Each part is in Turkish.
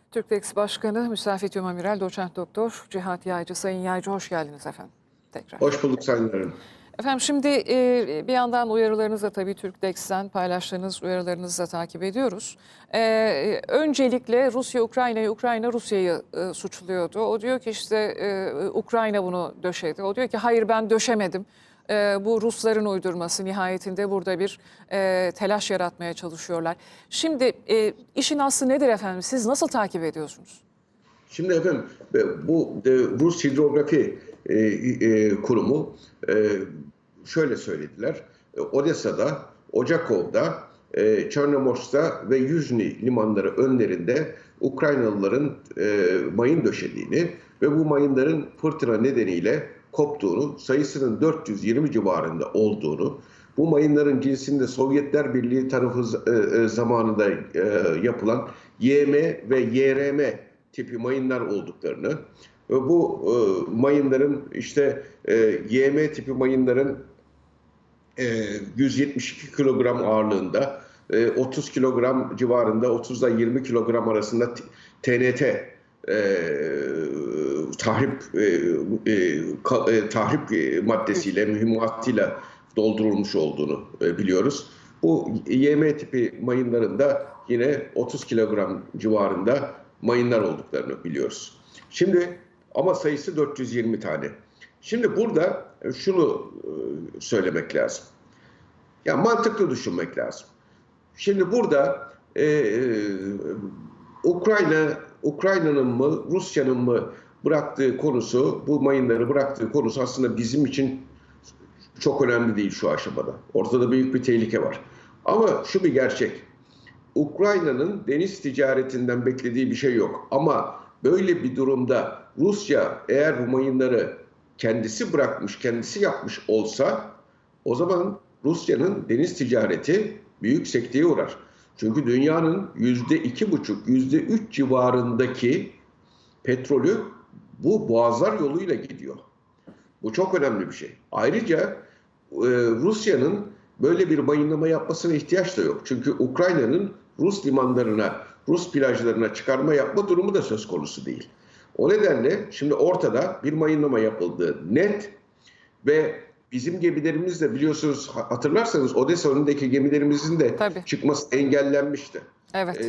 Türktex Başkanı, Müstafit Amiral Doçent Doktor Cihat Yaycı. Sayın Yaycı, hoş geldiniz efendim. Tekrar. Hoş bulduk Sayın Hanım. Efendim şimdi bir yandan uyarılarınızla tabii Türktex'ten paylaştığınız uyarılarınızı da takip ediyoruz. Öncelikle Rusya Ukrayna'yı, Ukrayna Rusya'yı suçluyordu. O diyor ki işte Ukrayna bunu döşedi. O diyor ki hayır ben döşemedim. Bu Rusların uydurması, nihayetinde burada bir telaş yaratmaya çalışıyorlar. Şimdi işin aslı nedir efendim? Siz nasıl takip ediyorsunuz? Şimdi efendim bu Rus Hidrografi Kurumu şöyle söylediler. Odessa'da, Ocakov'da, Çornomorsk'ta ve Yuzhny limanları önlerinde Ukraynalıların mayın döşediğini ve bu mayınların fırtına nedeniyle koptuğunu, sayısının 420 civarında olduğunu, bu mayınların cinsinde Sovyetler Birliği tarafı zamanında yapılan YM ve YRM tipi mayınlar olduklarını, bu mayınların işte YM tipi mayınların 172 kilogram ağırlığında, 30 kilogram civarında, 30 ile 20 kilogram arasında TNT tahrip maddesiyle, mühimmatıyla doldurulmuş olduğunu biliyoruz. Bu YM tipi mayınların da yine 30 kilogram civarında mayınlar olduklarını biliyoruz. Şimdi ama sayısı 420 tane. Şimdi burada şunu söylemek lazım. Ya mantıklı düşünmek lazım. Şimdi burada Ukrayna'nın mı Rusya'nın mı bıraktığı konusu, bu mayınları bıraktığı konusu aslında bizim için çok önemli değil şu aşamada. Ortada büyük bir tehlike var. Ama şu bir gerçek. Ukrayna'nın deniz ticaretinden beklediği bir şey yok. Ama böyle bir durumda Rusya eğer bu mayınları kendisi bırakmış, kendisi yapmış olsa o zaman Rusya'nın deniz ticareti büyük sekteye uğrar. Çünkü dünyanın %2,5, %3 civarındaki petrolü bu boğazlar yoluyla gidiyor. Bu çok önemli bir şey. Ayrıca Rusya'nın böyle bir mayınlama yapmasına ihtiyaç da yok. Çünkü Ukrayna'nın Rus limanlarına, Rus plajlarına çıkarma yapma durumu da söz konusu değil. O nedenle şimdi ortada bir mayınlama yapıldığı net ve bizim gemilerimiz de biliyorsunuz, hatırlarsanız Odessa önündeki gemilerimizin de Tabii. çıkması engellenmişti. Evet.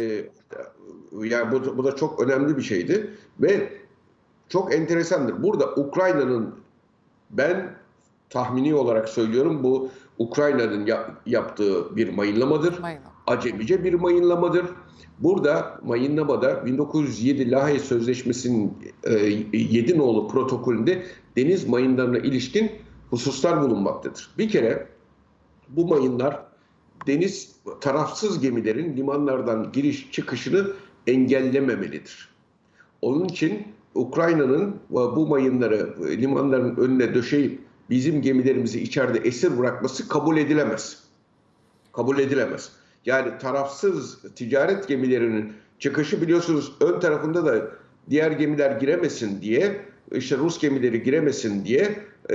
Yani bu da çok önemli bir şeydi ve çok enteresandır. Burada Ukrayna'nın, ben tahmini olarak söylüyorum, bu Ukrayna'nın yaptığı bir mayınlamadır. Acemice bir mayınlamadır. Burada mayınlamada 1907 Lahey Sözleşmesi'nin 7 nolu protokolünde deniz mayınlarına ilişkin hususlar bulunmaktadır. Bir kere bu mayınlar deniz tarafsız gemilerin limanlardan giriş çıkışını engellememelidir. Onun için Ukrayna'nın bu mayınları limanların önüne döşeyip bizim gemilerimizi içeride esir bırakması kabul edilemez. Kabul edilemez. Yani tarafsız ticaret gemilerinin çıkışı, biliyorsunuz, ön tarafında da diğer gemiler giremesin diye, işte Rus gemileri giremesin diye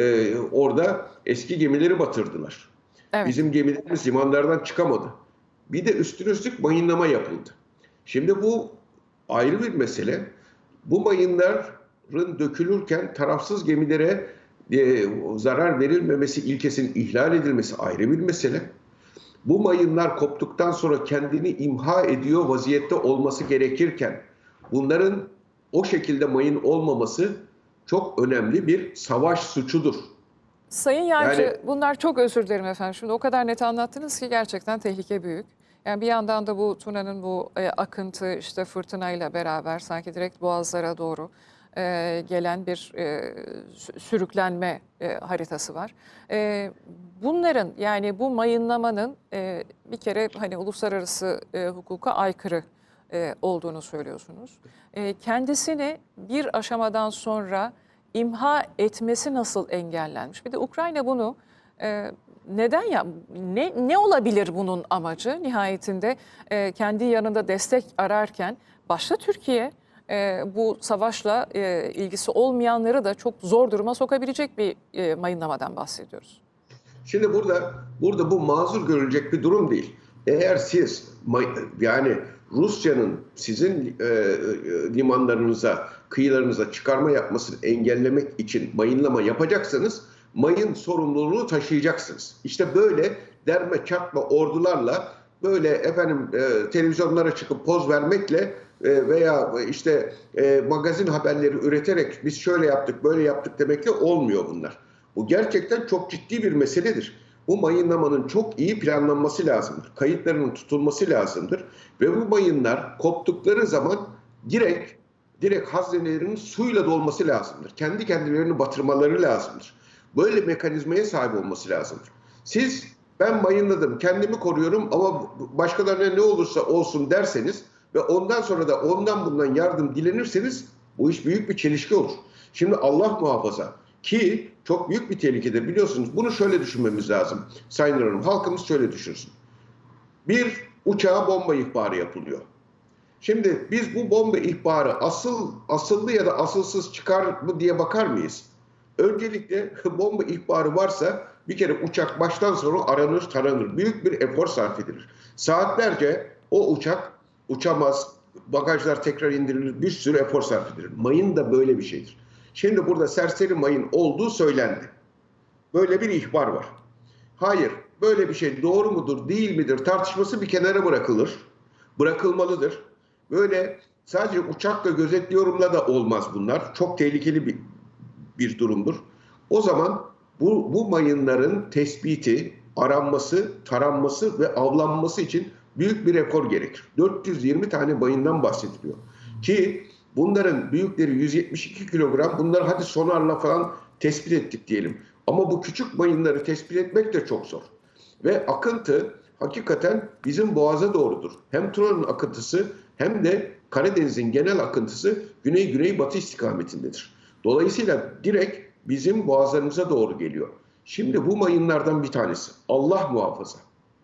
orada eski gemileri batırdılar. Evet. Bizim gemilerimiz limanlardan çıkamadı. Bir de üstüne üstlük mayınlama yapıldı. Şimdi bu ayrı bir mesele. Bu mayınların dökülürken tarafsız gemilere zarar verilmemesi ilkesinin ihlal edilmesi ayrı bir mesele. Bu mayınlar koptuktan sonra kendini imha ediyor vaziyette olması gerekirken bunların o şekilde mayın olmaması çok önemli bir savaş suçudur. Sayın Yaycı, Yani bunlar, çok özür dilerim efendim. Şimdi o kadar net anlattınız ki gerçekten tehlike büyük. Yani bir yandan da bu Tuna'nın bu akıntı, işte fırtınayla beraber sanki direkt boğazlara doğru gelen bir sürüklenme haritası var. Bunların, yani bu mayınlamanın bir kere hani uluslararası hukuka aykırı olduğunu söylüyorsunuz. Kendisini bir aşamadan sonra imha etmesi nasıl engellenmiş? Bir de Ukrayna bunu neden ya, ne olabilir bunun amacı? Nihayetinde kendi yanında destek ararken başta Türkiye bu savaşla ilgisi olmayanları da çok zor duruma sokabilecek bir mayınlamadan bahsediyoruz. şimdi burada bu mazur görülecek bir durum değil. Eğer siz yani Rusya'nın sizin limanlarınıza, kıyılarınıza çıkarma yapmasını engellemek için mayınlama yapacaksanız mayın sorumluluğunu taşıyacaksınız. İşte böyle derme çatma ordularla böyle efendim televizyonlara çıkıp poz vermekle veya işte magazin haberleri üreterek biz şöyle yaptık böyle yaptık demekle olmuyor bunlar. Bu gerçekten çok ciddi bir meseledir. Bu mayınlamanın çok iyi planlanması lazımdır. Kayıtlarının tutulması lazımdır. Ve bu mayınlar koptukları zaman direkt hazinelerinin suyla dolması lazımdır. Kendi kendilerini batırmaları lazımdır. Böyle mekanizmaya sahip olması lazımdır. Siz ben mayınladım, kendimi koruyorum ama başkalarına ne olursa olsun derseniz ve ondan sonra da ondan bundan yardım dilenirseniz bu iş büyük bir çelişki olur. Şimdi Allah muhafaza ki çok büyük bir tehlikedir biliyorsunuz. Bunu şöyle düşünmemiz lazım. Sayın Hanım, halkımız şöyle düşünsün. Bir uçağa bomba ihbarı yapılıyor. Şimdi biz bu bomba ihbarı asıllı ya da asılsız çıkar mı diye bakar mıyız? Öncelikle bomba ihbarı varsa bir kere uçak baştan sona aranır, taranır. Büyük bir efor sarf edilir. Saatlerce o uçak uçamaz, bagajlar tekrar indirilir, bir sürü efor sarf edilir. Mayın da böyle bir şeydir. Şimdi burada serseri mayın olduğu söylendi. Böyle bir ihbar var. Hayır, böyle bir şey doğru mudur, değil midir tartışması bir kenara bırakılır. Bırakılmalıdır. Böyle sadece uçakla gözetliyorumla da olmaz bunlar. Çok tehlikeli bir durumdur. O zaman bu mayınların tespiti, aranması, taranması ve avlanması için büyük bir efor gerekir. 420 tane mayından bahsediliyor. Ki bunların büyükleri 172 kilogram. Bunları hadi sonarla falan tespit ettik diyelim. Ama bu küçük mayınları tespit etmek de çok zor. Ve akıntı hakikaten bizim boğaza doğrudur. Hem Tuna'nın akıntısı hem de Karadeniz'in genel akıntısı güney-güneybatı istikametindedir. Dolayısıyla direkt bizim boğazlarımıza doğru geliyor. Şimdi bu mayınlardan bir tanesi Allah muhafaza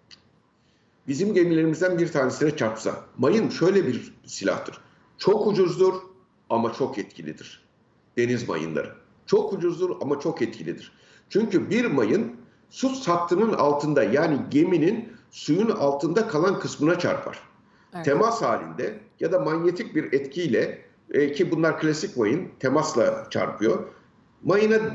bizim gemilerimizden bir tanesine çarpsa. Mayın şöyle bir silahtır. Çok ucuzdur ama çok etkilidir. Deniz mayınları. Çok ucuzdur ama çok etkilidir. Çünkü bir mayın su hattının altında yani geminin suyun altında kalan kısmına çarpar. Evet. Temas halinde ya da manyetik bir etkiyle ki bunlar klasik mayın temasla çarpıyor. Mayına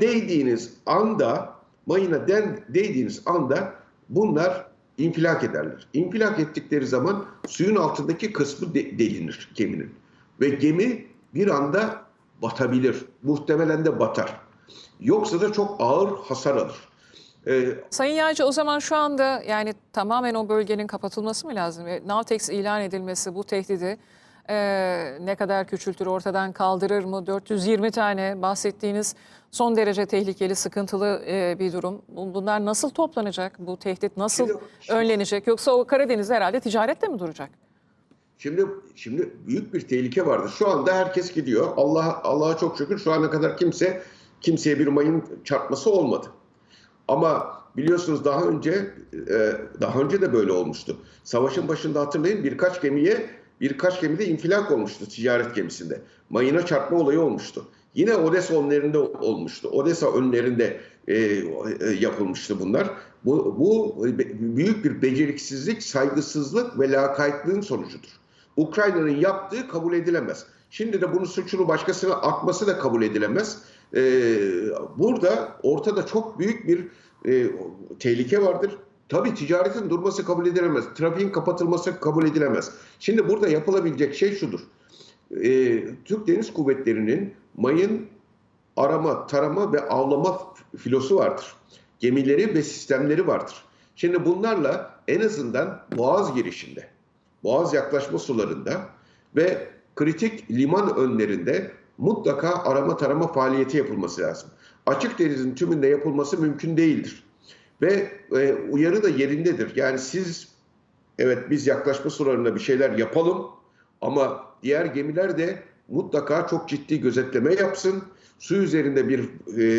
değdiğiniz anda bunlar infilak ederler. İnfilak ettikleri zaman suyun altındaki kısmı delinir geminin. Ve gemi bir anda batabilir. Muhtemelen de batar. Yoksa da çok ağır hasar alır. Sayın Yağcı o zaman şu anda yani tamamen o bölgenin kapatılması mı lazım? Navtex ilan edilmesi bu tehdidi ne kadar küçültür, ortadan kaldırır mı? 420 tane bahsettiğiniz son derece tehlikeli, sıkıntılı bir durum. Bunlar nasıl toplanacak? Bu tehdit nasıl önlenecek? Yoksa o Karadeniz'de herhalde ticaretle mi duracak? Şimdi büyük bir tehlike vardır. Şu anda herkes gidiyor. Allah'a çok şükür şu ana kadar kimseye bir mayın çarpması olmadı. Ama biliyorsunuz daha önce de böyle olmuştu. Savaşın başında hatırlayın birkaç gemide infilak olmuştu ticaret gemisinde. Mayına çarpma olayı olmuştu. Yine Odessa önlerinde olmuştu. Odessa önlerinde yapılmıştı bunlar. Bu büyük bir beceriksizlik, saygısızlık ve lakaytlığın sonucudur. Ukrayna'nın yaptığı kabul edilemez. Şimdi de bunun suçunu başkasına atması da kabul edilemez. Burada ortada çok büyük bir tehlike vardır. Tabii ticaretin durması kabul edilemez. Trafiğin kapatılması kabul edilemez. Şimdi burada yapılabilecek şey şudur. Türk Deniz Kuvvetleri'nin mayın arama, tarama ve avlama filosu vardır. Gemileri ve sistemleri vardır. Şimdi bunlarla en azından Boğaz girişinde, Boğaz yaklaşma sularında ve kritik liman önlerinde mutlaka arama tarama faaliyeti yapılması lazım. Açık denizin tümünde yapılması mümkün değildir. Ve uyarı da yerindedir. Yani evet biz yaklaşma sularında bir şeyler yapalım ama diğer gemiler de mutlaka çok ciddi gözetleme yapsın. Su üzerinde bir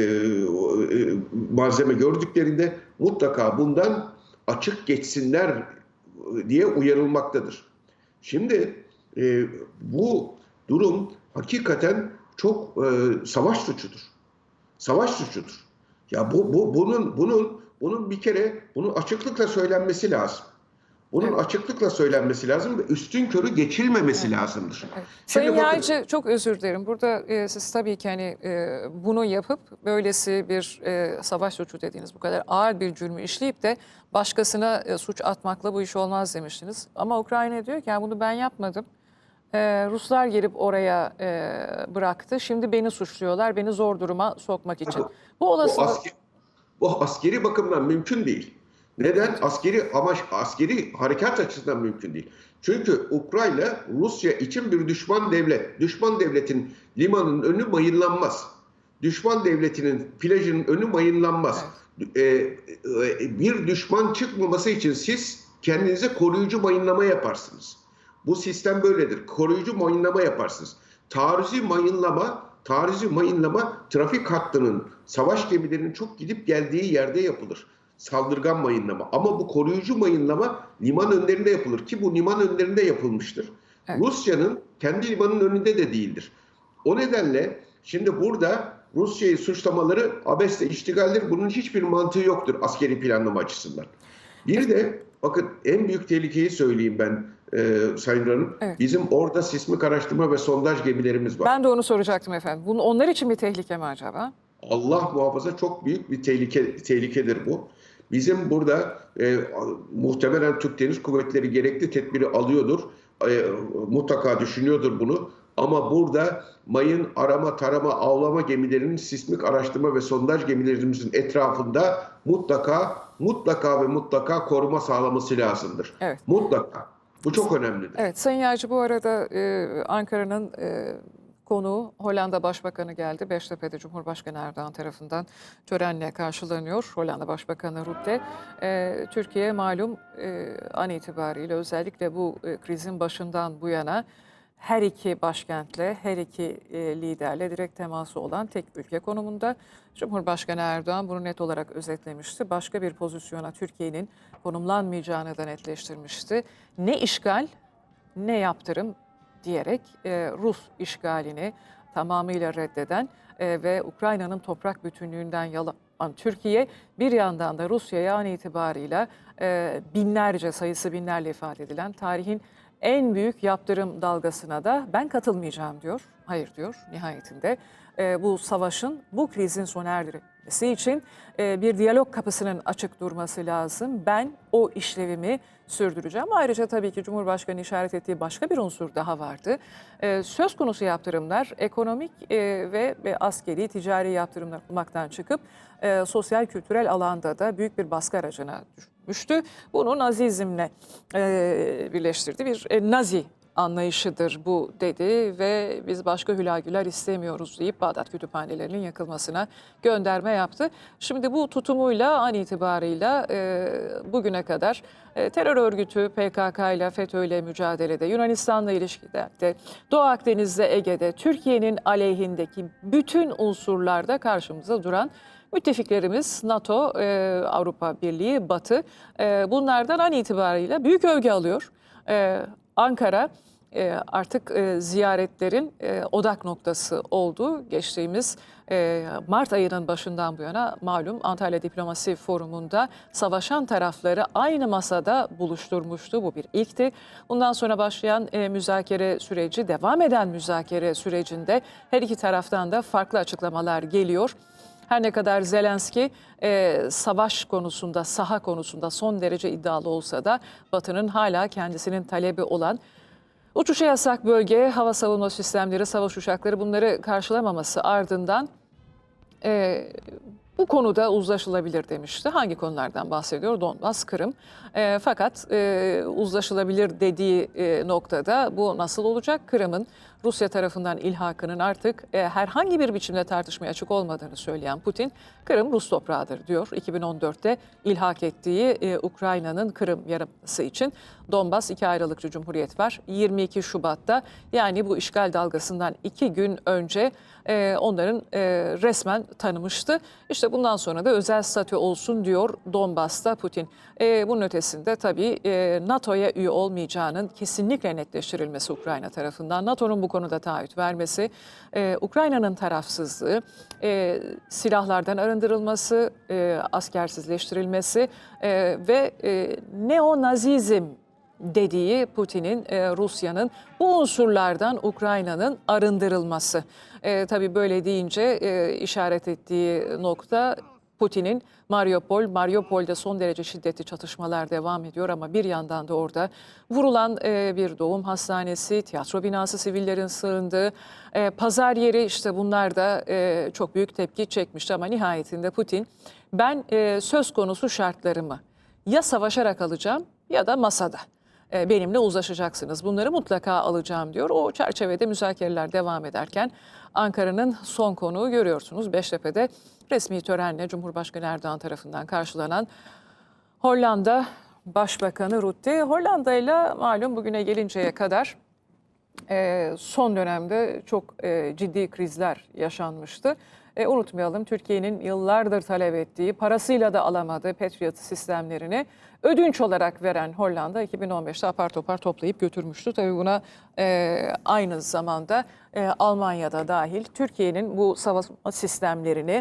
malzeme gördüklerinde mutlaka bundan açık geçsinler diye uyarılmaktadır. Şimdi bu durum hakikaten çok savaş suçudur. Savaş suçudur. Ya bunun bir kere bunu açıklıkla söylenmesi lazım. Bunun Evet. açıklıkla söylenmesi lazım ve üstünkörü geçilmemesi Evet. lazımdır. Evet. Şimdi Sayın bakın, Yağcı, çok özür dilerim. Burada siz tabii ki hani bunu yapıp böylesi bir savaş suçu dediğiniz bu kadar ağır bir cürmü işleyip de başkasına suç atmakla bu iş olmaz demiştiniz. Ama Ukrayna diyor ki yani bunu ben yapmadım. Ruslar gelip oraya bıraktı. Şimdi beni suçluyorlar, beni zor duruma sokmak için. bu, Bu bu, olasılık... asker, bu askeri bakımdan mümkün değil. Neden? Evet, Askeri amaç, askeri harekat açısından mümkün değil. Çünkü Ukrayna Rusya için bir düşman devlet. Düşman devletin limanının önü mayınlanmaz. Düşman devletinin plajının önü mayınlanmaz. evet, Bir düşman çıkmaması için siz kendinize koruyucu mayınlama yaparsınız. Bu sistem böyledir. Koruyucu mayınlama yaparsınız. Taarruzi mayınlama trafik hattının, savaş gemilerinin çok gidip geldiği yerde yapılır. Saldırgan mayınlama. Ama bu koruyucu mayınlama liman önlerinde yapılır ki bu liman önlerinde yapılmıştır. evet. Rusya'nın kendi limanın önünde de değildir. O nedenle şimdi burada Rusya'yı suçlamaları abesle iştigaldir. Bunun hiçbir mantığı yoktur askeri planlama açısından. Bir de bakın, en büyük tehlikeyi söyleyeyim ben Sayın Hanım. Evet. Bizim orada sismik araştırma ve sondaj gemilerimiz var. Ben de onu soracaktım efendim. Bunun onlar için bir tehlike mi acaba? Allah muhafaza, çok büyük bir tehlikedir bu. Bizim burada muhtemelen Türk Deniz Kuvvetleri gerekli tedbiri alıyordur. Mutlaka düşünüyordur bunu. Ama burada mayın arama, tarama, avlama gemilerinin sismik araştırma ve sondaj gemilerimizin etrafında mutlaka koruma sağlaması lazımdır. Evet. Mutlaka. Bu çok önemlidir. Evet, Sayın Yağcı, bu arada Ankara'nın konuğu Hollanda Başbakanı geldi. Beştepe'de Cumhurbaşkanı Erdoğan tarafından törenle karşılanıyor. Hollanda Başbakanı Rutte. Türkiye malum an itibariyle özellikle bu krizin başından bu yana her iki başkentle, her iki liderle direkt teması olan tek ülke konumunda. Cumhurbaşkanı Erdoğan bunu net olarak özetlemişti. Başka bir pozisyona Türkiye'nin konumlanmayacağını da netleştirmişti. Ne işgal, ne yaptırım diyerek Rus işgalini tamamıyla reddeden ve Ukrayna'nın toprak bütünlüğünden yalan Türkiye, bir yandan da Rusya'ya an itibarıyla binlerce, sayısı binlerle ifade edilen tarihin en büyük yaptırım dalgasına da ben katılmayacağım diyor. Hayır diyor nihayetinde. Bu savaşın, bu krizin sona erdirilmesi için bir diyalog kapısının açık durması lazım. Ben o işlevimi sürdüreceğim. Ayrıca tabii ki Cumhurbaşkanı işaret ettiği başka bir unsur daha vardı. Söz konusu yaptırımlar ekonomik ve askeri, ticari yaptırımlar olmaktan çıkıp sosyal, kültürel alanda da büyük bir baskı aracına düşmüştü. Bunu Nazizmle birleştirdi. Bir Nazi anlayışıdır bu dedi ve biz başka hülagüler istemiyoruz deyip Bağdat kütüphanelerinin yakılmasına gönderme yaptı. Şimdi bu tutumuyla an itibarıyla bugüne kadar terör örgütü PKK ile FETÖ ile mücadelede, Yunanistan'la ilişkilerde, Doğu Akdeniz'de, Ege'de, Türkiye'nin aleyhindeki bütün unsurlarda karşımıza duran müttefiklerimiz NATO, Avrupa Birliği, Batı, bunlardan an itibariyle büyük övgü alıyor. Ankara artık ziyaretlerin odak noktası oldu. Geçtiğimiz Mart ayının başından bu yana malum Antalya Diplomasi Forumu'nda savaşan tarafları aynı masada buluşturmuştu. Bu bir ilkti. Bundan sonra başlayan müzakere süreci, devam eden müzakere sürecinde her iki taraftan da farklı açıklamalar geliyor. Her ne kadar Zelenski savaş konusunda, saha konusunda son derece iddialı olsa da Batı'nın hala kendisinin talebi olan uçuşa yasak bölge, hava savunma sistemleri, savaş uçakları, bunları karşılamaması ardından bu konuda uzlaşılabilir demişti. Hangi konulardan bahsediyor? Donbas, Kırım. Fakat uzlaşılabilir dediği noktada bu nasıl olacak? Kırım'ın Rusya tarafından ilhakının artık herhangi bir biçimde tartışmaya açık olmadığını söyleyen Putin, Kırım Rus toprağıdır diyor. 2014'te ilhak ettiği Ukrayna'nın Kırım Yarımadası için Donbas 2 ayrılıkçı cumhuriyet var. 22 Şubat'ta, yani bu işgal dalgasından 2 gün önce onların resmen tanımıştı. İşte İşte bundan sonra da özel statü olsun diyor Donbas'ta Putin. Bunun ötesinde tabii NATO'ya üye olmayacağının kesinlikle netleştirilmesi Ukrayna tarafından. NATO'nun bu konuda taahhüt vermesi, Ukrayna'nın tarafsızlığı, silahlardan arındırılması, askersizleştirilmesi ve neonazizm dediği Putin'in, Rusya'nın bu unsurlardan Ukrayna'nın arındırılması. Tabii böyle deyince işaret ettiği nokta Putin'in Mariupol'de son derece şiddetli çatışmalar devam ediyor ama bir yandan da orada vurulan bir doğum hastanesi, tiyatro binası sivillerin sığındığı, pazar yeri, işte bunlar da çok büyük tepki çekmişti ama nihayetinde Putin ben söz konusu şartlarımı ya savaşarak alacağım ya da masada benimle uzlaşacaksınız. Bunları mutlaka alacağım diyor. O çerçevede müzakereler devam ederken Ankara'nın son konuğu görüyorsunuz. Beştepe'de resmi törenle Cumhurbaşkanı Erdoğan tarafından karşılanan Hollanda Başbakanı Rutte. Hollanda ile malum bugüne gelinceye kadar son dönemde çok ciddi krizler yaşanmıştı. Unutmayalım, Türkiye'nin yıllardır talep ettiği, parasıyla da alamadığı Patriot sistemlerini ödünç olarak veren Hollanda 2015'te apar topar toplayıp götürmüştü. Tabii buna aynı zamanda Almanya'da dahil Türkiye'nin bu savunma sistemlerini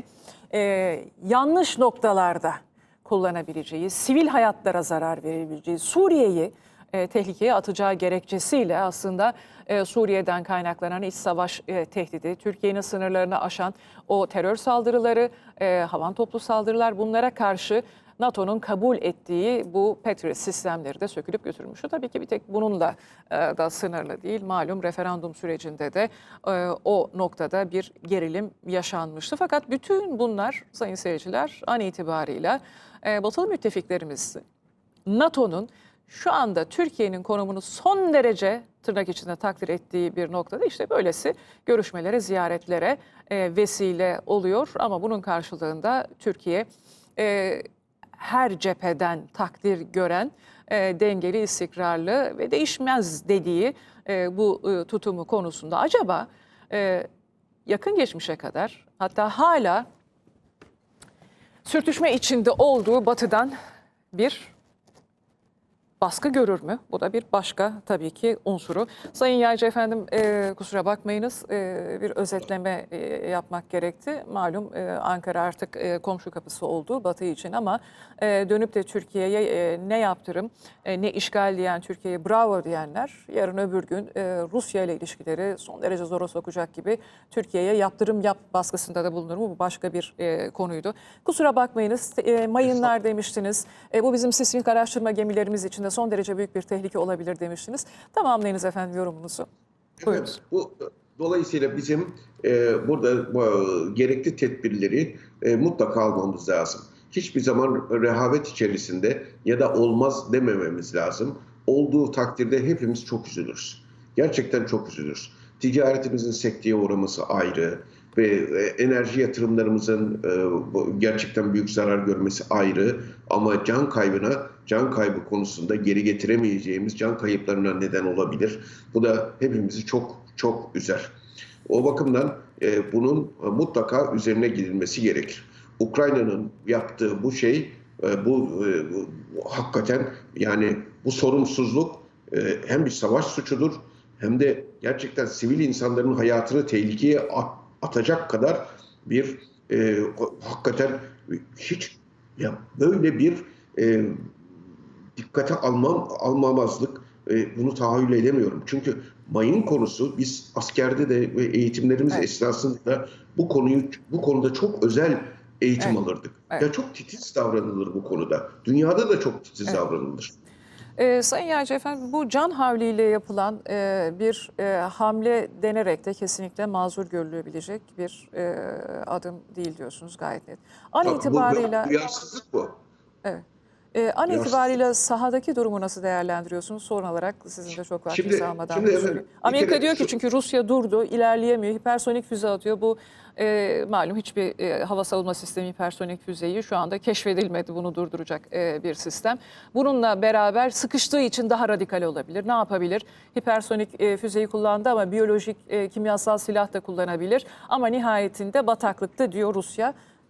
yanlış noktalarda kullanabileceği, sivil hayatlara zarar verebileceği, Suriye'yi tehlikeye atacağı gerekçesiyle aslında Suriye'den kaynaklanan iç savaş tehdidi, Türkiye'nin sınırlarını aşan o terör saldırıları, havan toplu saldırılar, bunlara karşı NATO'nun kabul ettiği bu Patriot sistemleri de sökülüp götürmüştü. Tabii ki bir tek bununla da sınırlı değil. Malum referandum sürecinde de o noktada bir gerilim yaşanmıştı. Fakat bütün bunlar sayın seyirciler an itibarıyla batılı müttefiklerimiz NATO'nun şu anda Türkiye'nin konumunu son derece tırnak içinde takdir ettiği bir noktada işte böylesi görüşmelere, ziyaretlere vesile oluyor. Ama bunun karşılığında Türkiye her cepheden takdir gören, dengeli, istikrarlı ve değişmez dediği bu tutumu konusunda acaba yakın geçmişe kadar, hatta hala sürtüşme içinde olduğu Batı'dan bir baskı görür mü? Bu da bir başka tabii ki unsuru. Sayın Yaycı efendim, kusura bakmayınız, bir özetleme yapmak gerekti. Malum Ankara artık komşu kapısı oldu Batı için ama dönüp de Türkiye'ye ne yaptırım, ne işgal diyen, Türkiye'ye bravo diyenler yarın öbür gün Rusya ile ilişkileri son derece zora sokacak gibi Türkiye'ye yaptırım yap baskısında da bulunur mu? Bu başka bir konuydu. Kusura bakmayınız, mayınlar demiştiniz. Bu bizim sismik araştırma gemilerimiz için de son derece büyük bir tehlike olabilir demiştiniz. Tamamlayınız efendim yorumunuzu. Buyurun. Dolayısıyla bizim burada gerekli tedbirleri mutlaka almamız lazım. Hiçbir zaman rehavet içerisinde ya da olmaz demememiz lazım. Olduğu takdirde hepimiz çok üzülürüz. Gerçekten çok üzülürüz. Ticaretimizin sekteye uğraması ayrı ve enerji yatırımlarımızın gerçekten büyük zarar görmesi ayrı, ama can kaybı konusunda geri getiremeyeceğimiz can kayıplarına neden olabilir. Bu da hepimizi çok çok üzer. O bakımdan bunun mutlaka üzerine gidilmesi gerekir. Ukrayna'nın yaptığı bu şey, bu hakikaten yani bu sorumsuzluk hem bir savaş suçudur hem de gerçekten sivil insanların hayatını tehlikeye atacak kadar bir hakikaten hiç ya böyle bir dikkate almamazlık, bunu tahayyül edemiyorum. Çünkü mayın konusu, biz askerde de ve eğitimlerimiz esnasında bu konuda çok özel eğitim alırdık. Evet. Ya çok titiz davranılır bu konuda. Dünyada da çok titiz davranılır. Sayın Yaycı efendim, bu can havliyle yapılan bir hamle denerek de kesinlikle mazur görülebilecek bir adım değil diyorsunuz gayet net. An itibarıyla duyarsızlık bu. Evet. An itibariyle sahadaki durumu nasıl değerlendiriyorsunuz? Son olarak sizin de çok vaktinizi almadan bunu söyleyeyim. Amerika diyor ki çünkü Rusya durdu, ilerleyemiyor, hipersonik füze atıyor. Bu malum hiçbir hava savunma sistemi hipersonik füzeyi şu anda keşfedilmedi, bunu durduracak bir sistem. Bununla beraber sıkıştığı için daha radikal olabilir. Ne yapabilir? Hipersonik füzeyi kullandı ama biyolojik, kimyasal silah da kullanabilir. Ama nihayetinde bataklıkta diyor Rusya.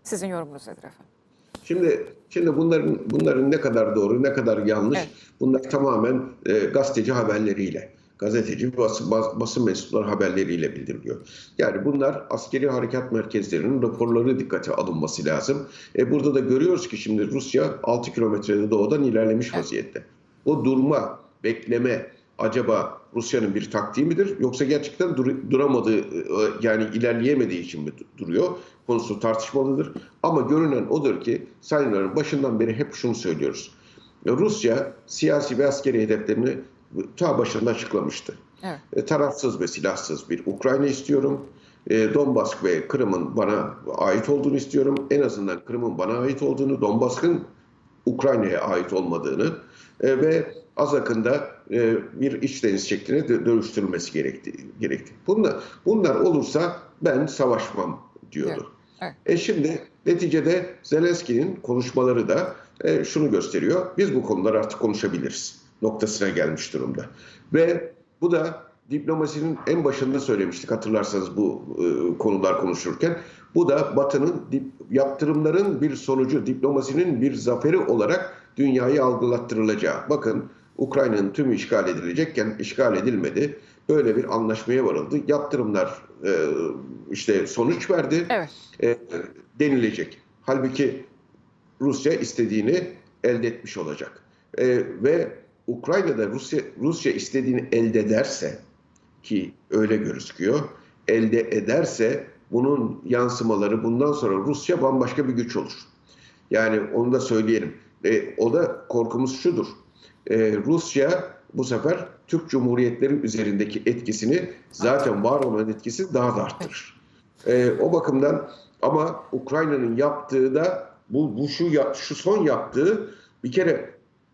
Sizin yorumunuz nedir efendim? Şimdi bunların ne kadar doğru, ne kadar yanlış, Evet, bunlar tamamen gazeteci haberleriyle, gazeteci basın mensupları haberleriyle bildiriliyor. Yani bunlar askeri harekat merkezlerinin raporları dikkate alınması lazım. Burada da görüyoruz ki şimdi Rusya 6 kilometrede doğudan ilerlemiş evet. vaziyette. O durma, bekleme acaba Rusya'nın bir taktiği midir? Yoksa gerçekten duramadığı, yani ilerleyemediği için mi duruyor? Konusu tartışmalıdır. Ama görünen odur ki sayınların başından beri hep şunu söylüyoruz. Rusya siyasi ve askeri hedeflerini ta başında açıklamıştı. Evet. Tarafsız ve silahsız bir Ukrayna istiyorum. Donbas ve Kırım'ın bana ait olduğunu istiyorum. En azından Kırım'ın bana ait olduğunu, Donbas'ın Ukrayna'ya ait olmadığını ve az akında bir iç deniz şekline dönüştürülmesi gerekti. Bunlar olursa ben savaşmam diyordu. Evet. Evet. Şimdi neticede Zelenski'nin konuşmaları da şunu gösteriyor. Biz bu konuları artık konuşabiliriz noktasına gelmiş durumda. Ve bu da diplomasinin en başında söylemiştik hatırlarsanız bu konular konuşurken. Bu da Batı'nın yaptırımların bir sonucu, diplomasinin bir zaferi olarak dünyayı algılattırılacağı. Bakın Ukrayna'nın tümü işgal edilecekken işgal edilmedi. Böyle bir anlaşmaya varıldı. Yaptırımlar işte sonuç verdi Evet. denilecek. Halbuki Rusya istediğini elde etmiş olacak. Ve Ukrayna'da Rusya istediğini elde ederse ki öyle gözüküyor, elde ederse bunun yansımaları bundan sonra Rusya bambaşka bir güç olur. Yani onu da söyleyelim. O da korkumuz şudur. Rusya bu sefer Türk Cumhuriyetleri üzerindeki etkisini zaten var olan etkisini daha da arttırır. O bakımdan ama Ukrayna'nın yaptığı da şu son yaptığı bir kere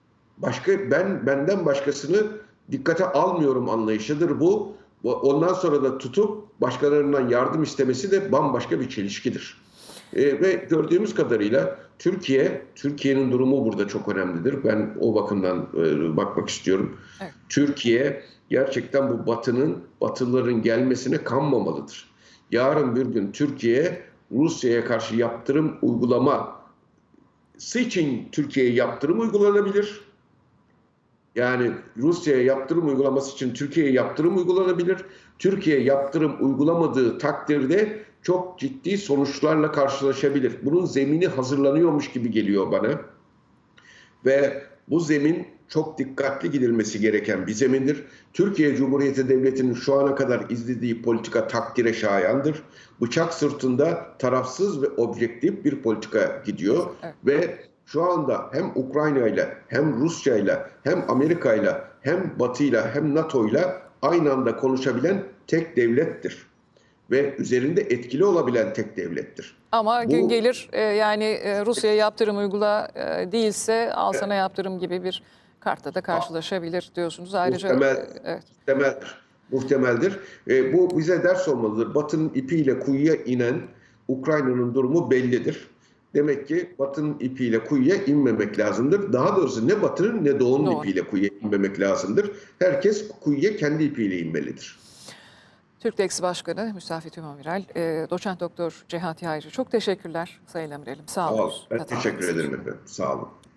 benden başkasını dikkate almıyorum anlayışıdır bu. Ondan sonra da tutup başkalarından yardım istemesi de bambaşka bir çelişkidir. Ve gördüğümüz kadarıyla Türkiye'nin durumu burada çok önemlidir. Ben o bakımdan bakmak istiyorum. Evet. Türkiye gerçekten bu Batılıların gelmesine kanmamalıdır. Yarın bir gün Türkiye Rusya'ya karşı yaptırım uygulaması için Türkiye'ye yaptırım uygulanabilir. Yani Rusya'ya yaptırım uygulaması için Türkiye'ye yaptırım uygulanabilir. Türkiye yaptırım uygulamadığı takdirde çok ciddi sonuçlarla karşılaşabilir. Bunun zemini hazırlanıyormuş gibi geliyor bana. Ve bu zemin çok dikkatli gidilmesi gereken bir zemindir. Türkiye Cumhuriyeti Devleti'nin şu ana kadar izlediği politika takdire şayandır. Bıçak sırtında tarafsız ve objektif bir politika gidiyor. Evet. Ve şu anda hem Ukrayna ile hem Rusya ile hem Amerika ile hem Batı ile hem NATO ile aynı anda konuşabilen tek devlettir. Ve üzerinde etkili olabilen tek devlettir. Ama gün Bu gelir yani Rusya'ya yaptırım uygula değilse al sana yaptırım gibi bir kartla da karşılaşabilir diyorsunuz. Ayrıca evet. muhtemeldir. Bu bize ders olmalıdır. Batı'nın ipiyle kuyuya inen Ukrayna'nın durumu bellidir. Demek ki Batı'nın ipiyle kuyuya inmemek lazımdır. Daha doğrusu ne Batı'nın ne Doğu'nun ipiyle kuyuya inmemek lazımdır. Herkes kuyuya kendi ipiyle inmelidir. Türk Başkanı Müstafa Tümamiral, Doçent Doktor Cihat Yaycı. Çok teşekkürler Sayın Emirel'im. Sağ olun. Ben teşekkür ederim efendim. Sağ olun.